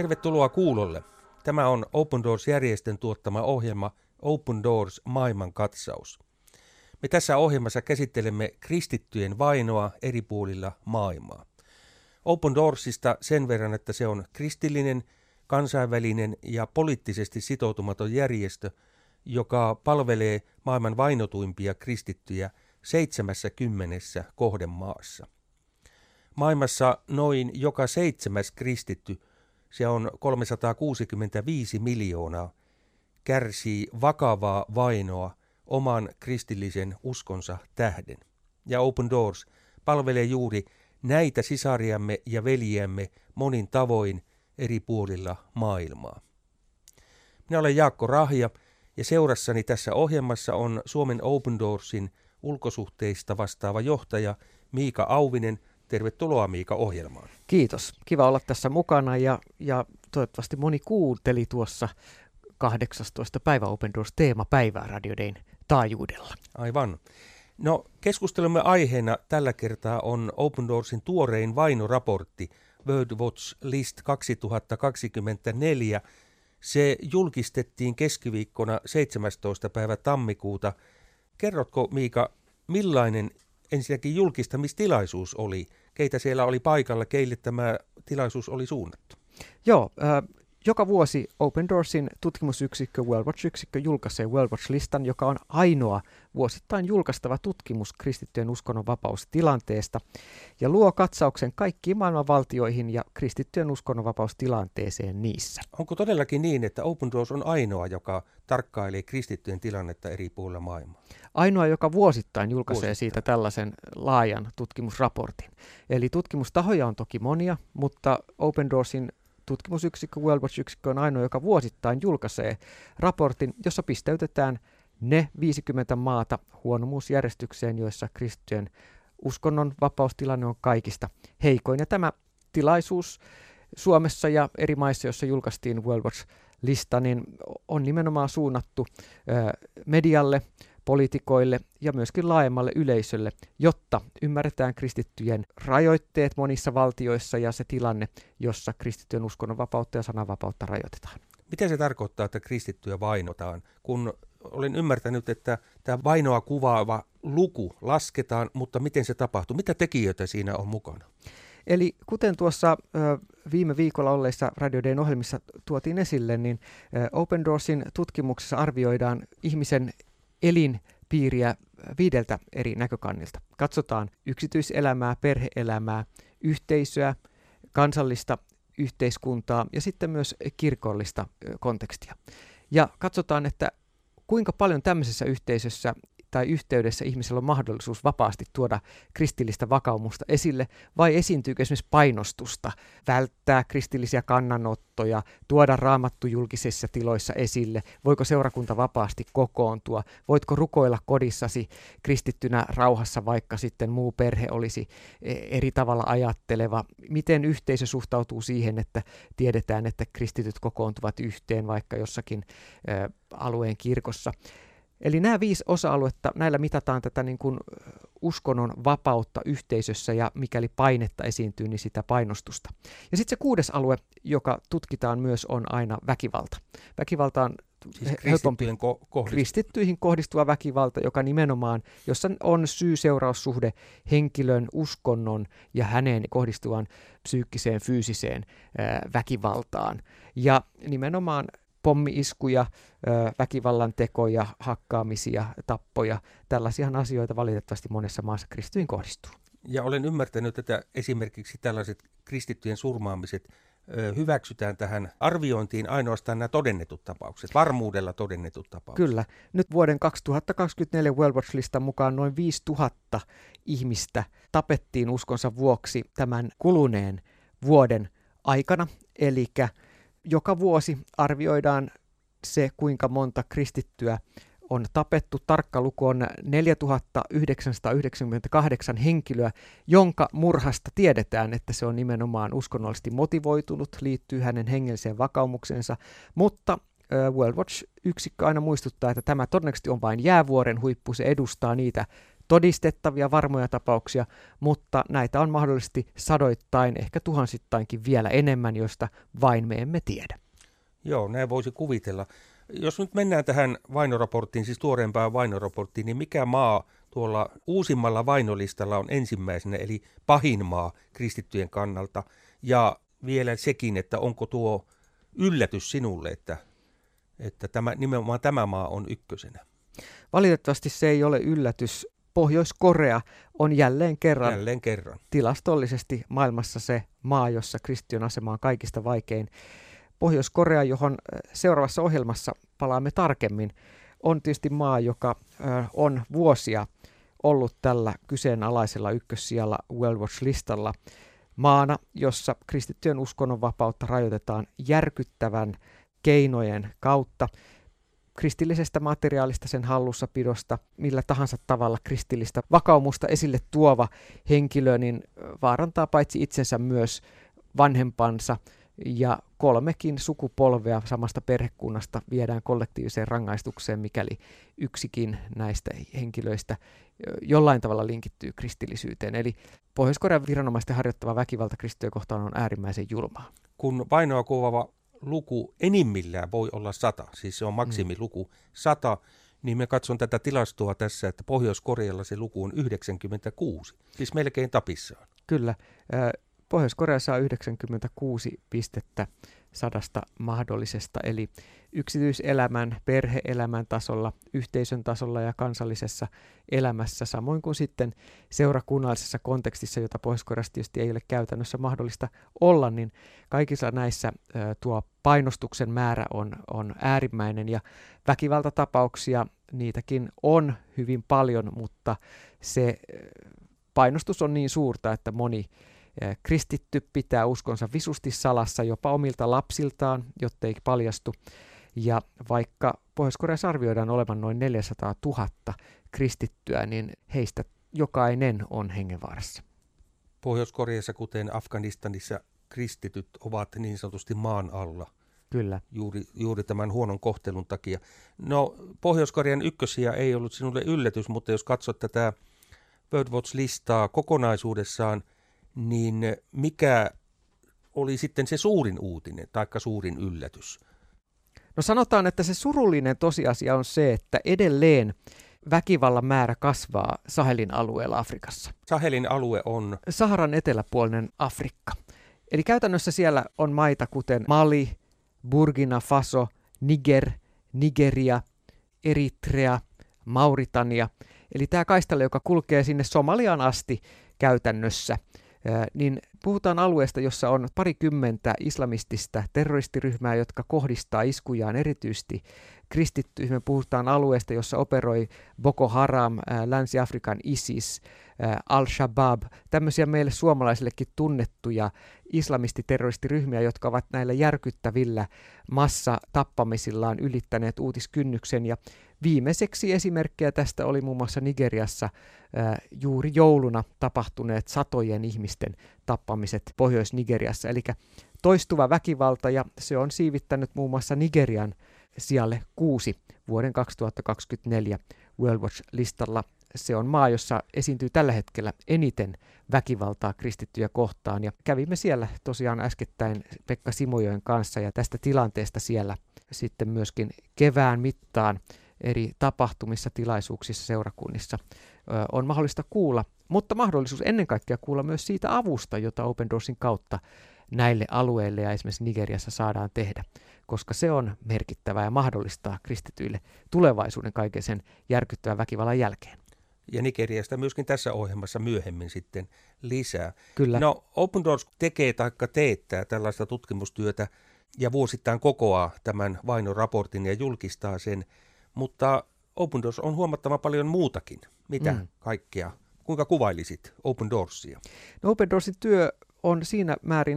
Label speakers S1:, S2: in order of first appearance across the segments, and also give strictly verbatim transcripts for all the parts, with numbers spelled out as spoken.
S1: Tervetuloa kuulolle. Tämä on Open Doors-järjestön tuottama ohjelma Open Doors maailmankatsaus. Me tässä ohjelmassa käsittelemme kristittyjen vainoa eri puolilla maailmaa. Open Doorsista sen verran, että se on kristillinen, kansainvälinen ja poliittisesti sitoutumaton järjestö, joka palvelee maailman vainotuimpia kristittyjä seitsemässäkymmenessä kohdemaassa. Maailmassa noin joka seitsemäs kristitty, se on kolmesataakuusikymmentäviisi miljoonaa, kärsii vakavaa vainoa oman kristillisen uskonsa tähden. Ja Open Doors palvelee juuri näitä sisariamme ja veljiämme monin tavoin eri puolilla maailmaa. Minä olen Jaakko Rahja ja seurassani tässä ohjelmassa on Suomen Open Doorsin ulkosuhteista vastaava johtaja Miika Auvinen. Tervetuloa Miika ohjelmaan.
S2: Kiitos. Kiva olla tässä mukana ja, ja toivottavasti moni kuunteli tuossa kahdeksastoista päivä Open Doors teemapäivää Radio Dayn taajuudella.
S1: Aivan. No keskustelumme aiheena tällä kertaa on Open Doorsin tuorein vainoraportti World Watch List kaksituhattakaksikymmentäneljä. Se julkistettiin keskiviikkona seitsemästoista päivä tammikuuta. Kerrotko Miika, millainen ensinnäkin julkistamistilaisuus oli? Keitä siellä oli paikalla, keille tämä tilaisuus oli suunnattu?
S2: Joo, äh, joka vuosi Open Doorsin tutkimusyksikkö, World Watch-yksikkö julkaisee World Watch-listan, joka on ainoa vuosittain julkaistava tutkimus kristittyjen uskonnonvapaustilanteesta ja luo katsauksen kaikkiin maailman valtioihin ja kristittyjen uskonnonvapaustilanteeseen niissä.
S1: Onko todellakin niin, että Open Doors on ainoa, joka tarkkailee kristittyjen tilannetta eri puolilla maailmaa?
S2: Ainoa, joka vuosittain julkaisee
S1: vuosittain.
S2: siitä tällaisen laajan tutkimusraportin. Eli tutkimustahoja on toki monia, mutta Open Doorsin tutkimusyksikkö, World Watch-yksikkö on ainoa, joka vuosittain julkaisee raportin, jossa pisteytetään ne viisikymmentä maata huonomuusjärjestykseen, joissa kristittyjen uskonnon vapaustilanne on kaikista heikoin. Ja tämä tilaisuus Suomessa ja eri maissa, joissa julkaistiin World Watch-lista, niin on nimenomaan suunnattu ö, medialle, poliitikoille ja myöskin laajemmalle yleisölle, jotta ymmärretään kristittyjen rajoitteet monissa valtioissa ja se tilanne, jossa kristittyjen uskonnonvapautta ja sananvapautta rajoitetaan.
S1: Mitä se tarkoittaa, että kristittyjä vainotaan? Kun olen ymmärtänyt, että tämä vainoa kuvaava luku lasketaan, mutta miten se tapahtuu? Mitä tekijöitä siinä on mukana?
S2: Eli kuten tuossa ö, viime viikolla olleissa Radio Dayn ohjelmissa tuotiin esille, niin ö, Open Doorsin tutkimuksessa arvioidaan ihmisen elinpiiriä viideltä eri näkökannilta. Katsotaan yksityiselämää, perhe-elämää, yhteisöä, kansallista yhteiskuntaa ja sitten myös kirkollista kontekstia. Ja katsotaan, että kuinka paljon tämmöisessä yhteisössä tai yhteydessä ihmisellä on mahdollisuus vapaasti tuoda kristillistä vakaumusta esille, vai esiintyykö esimerkiksi painostusta, välttää kristillisiä kannanottoja, tuoda raamattu julkisissa tiloissa esille, voiko seurakunta vapaasti kokoontua, voitko rukoilla kodissasi kristittynä rauhassa, vaikka sitten muu perhe olisi eri tavalla ajatteleva, miten yhteisö suhtautuu siihen, että tiedetään, että kristityt kokoontuvat yhteen vaikka jossakin ä, alueen kirkossa. Eli nämä viisi osa-aluetta, näillä mitataan tätä niin kuin uskonnon vapautta yhteisössä ja mikäli painetta esiintyy, niin sitä painostusta. Ja sitten se kuudes alue, joka tutkitaan myös, on aina väkivalta. Väkivalta on
S1: siis helpompi ko-
S2: kristittyihin kohdistuva väkivalta, joka nimenomaan, jossa on syy-seuraussuhde henkilön uskonnon ja häneen kohdistuvan psyykkiseen, fyysiseen ää, väkivaltaan. Ja nimenomaan pommi-iskuja, väkivallan tekoja, hakkaamisia, tappoja, tällaisia asioita valitettavasti monessa maassa kristittyyn kohdistuu.
S1: Ja olen ymmärtänyt, että esimerkiksi tällaiset kristittyjen surmaamiset hyväksytään tähän arviointiin ainoastaan nämä todennetut tapaukset, varmuudella todennetut tapaukset.
S2: Kyllä. Nyt vuoden kaksituhattakaksikymmentäneljä World Watch-listan mukaan noin viisituhatta ihmistä tapettiin uskonsa vuoksi tämän kuluneen vuoden aikana, eli joka vuosi arvioidaan se, kuinka monta kristittyä on tapettu. Tarkka luku on neljätuhatta yhdeksänsataayhdeksänkymmentäkahdeksan henkilöä, jonka murhasta tiedetään, että se on nimenomaan uskonnollisesti motivoitunut, liittyy hänen hengelliseen vakaumuksensa, mutta World Watch-yksikkö aina muistuttaa, että tämä todennäköisesti on vain jäävuoren huippu, se edustaa niitä todistettavia varmoja tapauksia, mutta näitä on mahdollisesti sadoittain, ehkä tuhansittainkin vielä enemmän, joista vain me emme tiedä.
S1: Joo, näin voisi kuvitella. Jos nyt mennään tähän vainoraporttiin, siis tuoreempaan vainoraporttiin, niin mikä maa tuolla uusimmalla vainolistalla on ensimmäisenä, eli pahin maa kristittyjen kannalta? Ja vielä sekin, että onko tuo yllätys sinulle, että, että tämä, nimenomaan tämä maa on ykkösenä?
S2: Valitettavasti se ei ole yllätys. Pohjois-Korea on jälleen kerran,
S1: jälleen kerran
S2: tilastollisesti maailmassa se maa, jossa kristityn asema on kaikista vaikein. Pohjois-Korea, johon seuraavassa ohjelmassa palaamme tarkemmin, on tietysti maa, joka on vuosia ollut tällä kyseenalaisella ykkössijalla World Watch-listalla maana, jossa kristittyjen uskonnonvapautta rajoitetaan järkyttävän keinojen kautta. Kristillisestä materiaalista, sen hallussapidosta, millä tahansa tavalla kristillistä vakaumusta esille tuova henkilö, niin vaarantaa paitsi itsensä myös vanhempansa, ja kolmekin sukupolvea samasta perhekunnasta viedään kollektiiviseen rangaistukseen, mikäli yksikin näistä henkilöistä jollain tavalla linkittyy kristillisyyteen. Eli Pohjois-Korean viranomaisten harjoittava väkivalta kristittyjä kohtaan on äärimmäisen julmaa.
S1: Kun vainoa kuvaava luku enimmillään voi olla sata, siis se on maksimiluku sata, niin me katson tätä tilastoa tässä, että Pohjois-Korealla se luku on yhdeksänkymmentäkuusi, siis melkein tapissaan.
S2: Kyllä. Pohjois-Koreassa on yhdeksänkymmentäkuusi pistettä sadasta mahdollisesta, eli yksityiselämän, perhe-elämän tasolla, yhteisön tasolla ja kansallisessa elämässä, samoin kuin sitten seurakunnallisessa kontekstissa, jota Pohjois-Koreassa tietysti ei ole käytännössä mahdollista olla, niin kaikissa näissä tuo painostuksen määrä on, on äärimmäinen, ja väkivaltatapauksia, niitäkin on hyvin paljon, mutta se painostus on niin suurta, että moni kristitty pitää uskonsa visusti salassa jopa omilta lapsiltaan, jottei paljastu. Ja vaikka Pohjois-Koreassa arvioidaan olevan noin neljäsataatuhatta kristittyä, niin heistä jokainen on hengenvaarassa.
S1: Pohjois-Koreassa, kuten Afganistanissa, kristityt ovat niin sanotusti maan alla.
S2: Kyllä.
S1: Juuri, juuri tämän huonon kohtelun takia. No, Pohjois-Korean ykkösiä ei ollut sinulle yllätys, mutta jos katsot tätä World Watch-listaa kokonaisuudessaan, niin mikä oli sitten se suurin uutinen, taikka suurin yllätys?
S2: No sanotaan, että se surullinen tosiasia on se, että edelleen väkivallan määrä kasvaa Sahelin alueella Afrikassa.
S1: Sahelin alue on
S2: Saharan eteläpuolinen Afrikka. Eli käytännössä siellä on maita kuten Mali, Burkina Faso, Niger, Nigeria, Eritrea, Mauritania. Eli tämä kaistale, joka kulkee sinne Somaliaan asti käytännössä, niin puhutaan alueesta, jossa on parikymmentä islamistista terroristiryhmää, jotka kohdistaa iskujaan erityisesti kristittyihin. Me puhutaan alueesta, jossa operoi Boko Haram, Länsi-Afrikan ISIS, Al-Shabaab, tämmöisiä meille suomalaisillekin tunnettuja islamistiterroristiryhmiä, jotka ovat näillä järkyttävillä massatappamisillaan ylittäneet uutiskynnyksen. Ja viimeiseksi esimerkkejä tästä oli muun muassa Nigeriassa ää, juuri jouluna tapahtuneet satojen ihmisten tappamiset Pohjois-Nigeriassa. Eli toistuva väkivalta, ja se on siivittänyt muun muassa Nigerian sijalle kuusi vuoden kaksituhattakaksikymmentäneljä World Watch-listalla. Se on maa, jossa esiintyy tällä hetkellä eniten väkivaltaa kristittyjä kohtaan, ja kävimme siellä tosiaan äskettäin Pekka Simojoen kanssa, ja tästä tilanteesta siellä sitten myöskin kevään mittaan eri tapahtumissa, tilaisuuksissa, seurakunnissa ö, on mahdollista kuulla, mutta mahdollisuus ennen kaikkea kuulla myös siitä avusta, jota Open Doorsin kautta näille alueille ja esimerkiksi Nigeriassa saadaan tehdä, koska se on merkittävää ja mahdollistaa kristityille tulevaisuuden kaiken sen järkyttävän väkivallan jälkeen.
S1: Ja Nigeriasta myöskin tässä ohjelmassa myöhemmin sitten lisää.
S2: Kyllä.
S1: No, Open Doors tekee tai teettää tällaista tutkimustyötä ja vuosittain kokoaa tämän vainoraportin ja julkistaa sen, mutta Open Doors on huomattavan paljon muutakin. Mitä mm. kaikkea? Kuinka kuvailisit Open Doorsia?
S2: No, Open Doorsin työ on siinä määrin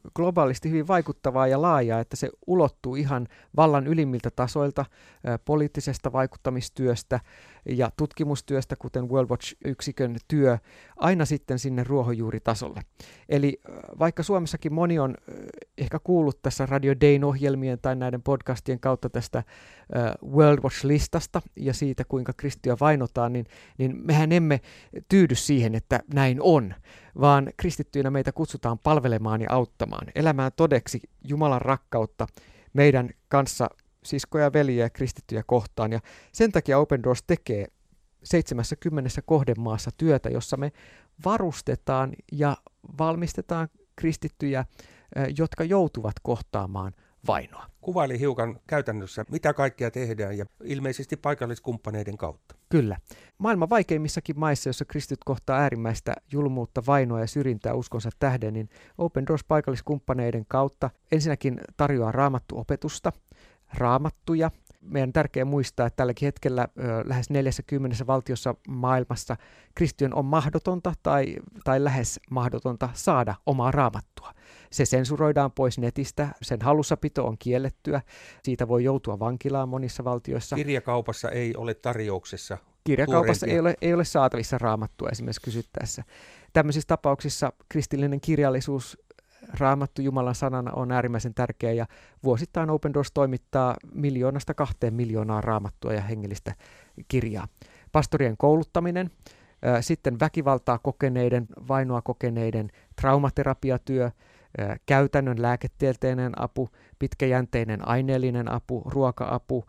S2: globaalisti hyvin vaikuttavaa ja laajaa, että se ulottuu ihan vallan ylimmiltä tasoilta, poliittisesta vaikuttamistyöstä ja tutkimustyöstä, kuten World Watch-yksikön työ, aina sitten sinne ruohonjuuritasolle. Eli vaikka Suomessakin moni on ehkä kuullut tässä Radio Dayn ohjelmien tai näiden podcastien kautta tästä World Watch-listasta ja siitä, kuinka kristittyjä vainotaan, niin, niin mehän emme tyydy siihen, että näin on, vaan kristittyinä meitä kutsutaan palvelemaan ja auttamaan, elämään todeksi Jumalan rakkautta meidän kanssa siskoja ja veljiä ja kristittyjä kohtaan. Ja sen takia Open Doors tekee seitsemässäkymmenessä kohdemaassa työtä, jossa me varustetaan ja valmistetaan kristittyjä, jotka joutuvat kohtaamaan vainoa.
S1: Kuvaili hiukan käytännössä, mitä kaikkea tehdään ja ilmeisesti paikalliskumppaneiden kautta.
S2: Kyllä. Maailman vaikeimmissakin maissa, joissa kristityt kohtaa äärimmäistä julmuutta, vainoa ja syrjintää uskonsa tähden, niin Open Doors paikalliskumppaneiden kautta ensinnäkin tarjoaa raamattuopetusta, raamattuja. Meidän on tärkeää muistaa, että tälläkin hetkellä ö, lähes neljässäkymmenessä valtiossa maailmassa kristityn on mahdotonta tai, tai lähes mahdotonta saada omaa raamattua. Se sensuroidaan pois netistä, sen hallussapito on kiellettyä, siitä voi joutua vankilaan monissa valtioissa.
S1: Kirjakaupassa ei ole tarjouksessa.
S2: Kirjakaupassa ei ole, ei ole saatavissa raamattua esimerkiksi kysyttäessä. Tämmöisissä tapauksissa kristillinen kirjallisuus, Raamattu Jumalan sanana on äärimmäisen tärkeä ja vuosittain Open Doors toimittaa miljoonasta kahteen miljoonaa raamattua ja hengellistä kirjaa. Pastorien kouluttaminen, sitten väkivaltaa kokeneiden, vainoa kokeneiden traumaterapiatyö, käytännön lääketieteellinen apu, pitkäjänteinen aineellinen apu, ruoka-apu,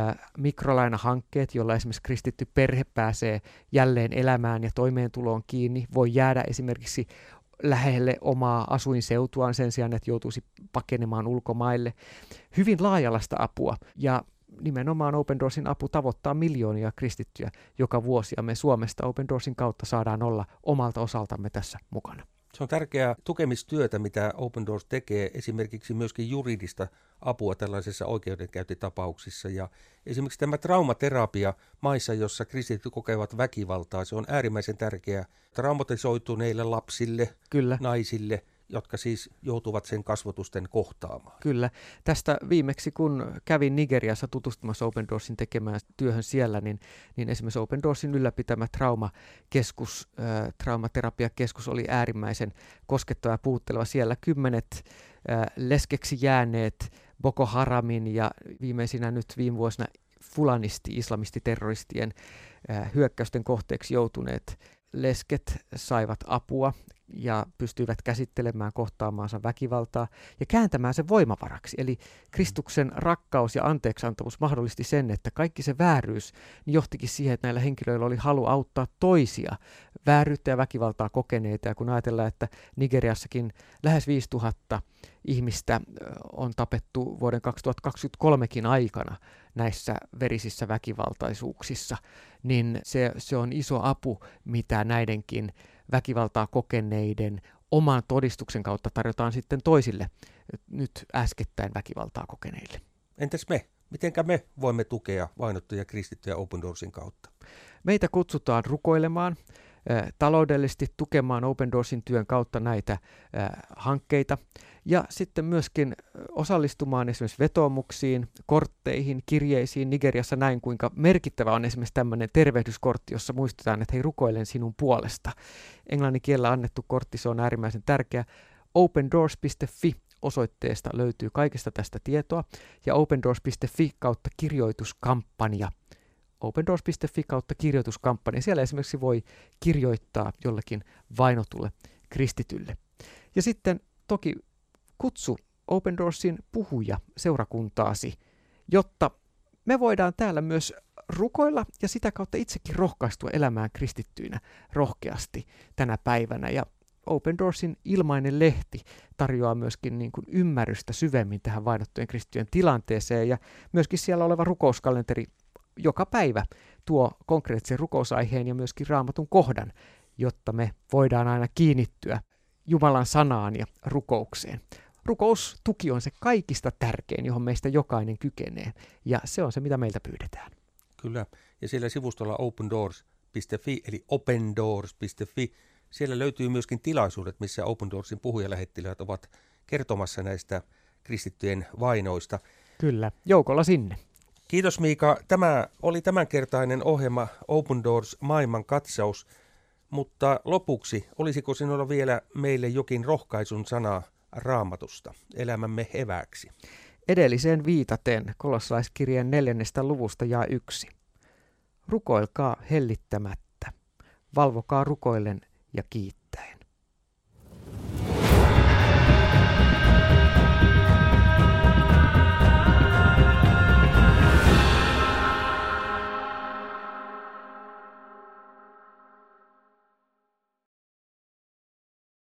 S2: mikrolainahankkeet, joilla esimerkiksi kristitty perhe pääsee jälleen elämään ja toimeentuloon kiinni, voi jäädä esimerkiksi lähelle omaa asuinseutuaan sen sijaan, että joutuisi pakenemaan ulkomaille. Hyvin laajalaista apua ja nimenomaan Open Doorsin apu tavoittaa miljoonia kristittyjä joka vuosi ja me Suomesta Open Doorsin kautta saadaan olla omalta osaltamme tässä mukana.
S1: Se on tärkeää tukemistyötä, mitä Open Doors tekee, esimerkiksi myöskin juridista apua tällaisissa oikeudenkäyntitapauksissa. Ja esimerkiksi tämä traumaterapia maissa, jossa kristityt kokevat väkivaltaa, se on äärimmäisen tärkeää traumatisoituneille lapsille,
S2: Kyllä.
S1: naisille, jotka siis joutuvat sen kasvotusten kohtaamaan.
S2: Kyllä. Tästä viimeksi, kun kävin Nigeriassa tutustumassa Open Doorsin tekemään työhön siellä, niin, niin esimerkiksi Open Doorsin ylläpitämä traumakeskus, äh, traumaterapiakeskus oli äärimmäisen koskettava ja puhutteleva. Siellä kymmenet äh, leskeksi jääneet Boko Haramin ja viimeisinä nyt viime vuosina fulanisti-islamistiterroristien äh, hyökkäysten kohteeksi joutuneet lesket saivat apua ja pystyivät käsittelemään kohtaamaansa väkivaltaa ja kääntämään sen voimavaraksi. Eli Kristuksen rakkaus ja anteeksiantavuus mahdollisti sen, että kaikki se vääryys niin johtikin siihen, että näillä henkilöillä oli halu auttaa toisia vääryyttä ja väkivaltaa kokeneita. Ja kun ajatellaan, että Nigeriassakin lähes viisituhatta ihmistä on tapettu vuoden kaksituhattakaksikymmentäkolmekin aikana näissä verisissä väkivaltaisuuksissa, niin se, se on iso apu, mitä näidenkin väkivaltaa kokeneiden oman todistuksen kautta tarjotaan sitten toisille nyt äskettäin väkivaltaa kokeneille.
S1: Entäs me? Mitenkä me voimme tukea vainottuja kristittyjä Open Doorsin kautta?
S2: Meitä kutsutaan rukoilemaan, taloudellisesti tukemaan Open Doorsin työn kautta näitä hankkeita ja sitten myöskin osallistumaan esimerkiksi vetoomuksiin, kortteihin, kirjeisiin. Nigeriassa näin, kuinka merkittävä on esimerkiksi tämmöinen tervehdyskortti, jossa muistetaan, että hei, rukoilen sinun puolesta. Englannin kielellä annettu kortti, se on äärimmäisen tärkeä. open doors piste fi osoitteesta löytyy kaikesta tästä tietoa ja open doors piste fi kautta kirjoituskampanja. open doors piste fi kautta kirjoituskampanja. Siellä esimerkiksi voi kirjoittaa jollekin vainotulle kristitylle. Ja sitten toki kutsu Open Doorsin puhuja seurakuntaasi, jotta me voidaan täällä myös rukoilla ja sitä kautta itsekin rohkaistua elämään kristittyinä rohkeasti tänä päivänä. Ja Open Doorsin ilmainen lehti tarjoaa myöskin niin kuin ymmärrystä syvemmin tähän vainottujen kristittyjen tilanteeseen ja myöskin siellä oleva rukouskalenteri joka päivä tuo konkreettisen rukousaiheen ja myöskin Raamatun kohdan, jotta me voidaan aina kiinnittyä Jumalan sanaan ja rukoukseen. Rukoustuki on se kaikista tärkein, johon meistä jokainen kykenee, ja se on se, mitä meiltä pyydetään.
S1: Kyllä, ja siellä sivustolla open doors piste fi, eli open doors piste fi, siellä löytyy myöskin tilaisuudet, missä Open Doorsin puhujalähettiläät ovat kertomassa näistä kristittyjen vainoista.
S2: Kyllä, joukolla sinne.
S1: Kiitos Miika. Tämä oli tämänkertainen ohjelma Open Doors maailman katsaus, mutta lopuksi olisiko sinulla vielä meille jokin rohkaisun sana Raamatusta elämämme evääksi?
S2: Edelliseen viitaten kolossalaiskirjeen neljännestä luvusta jaa yksi. Rukoilkaa hellittämättä, valvokaa rukoillen ja kiittäen.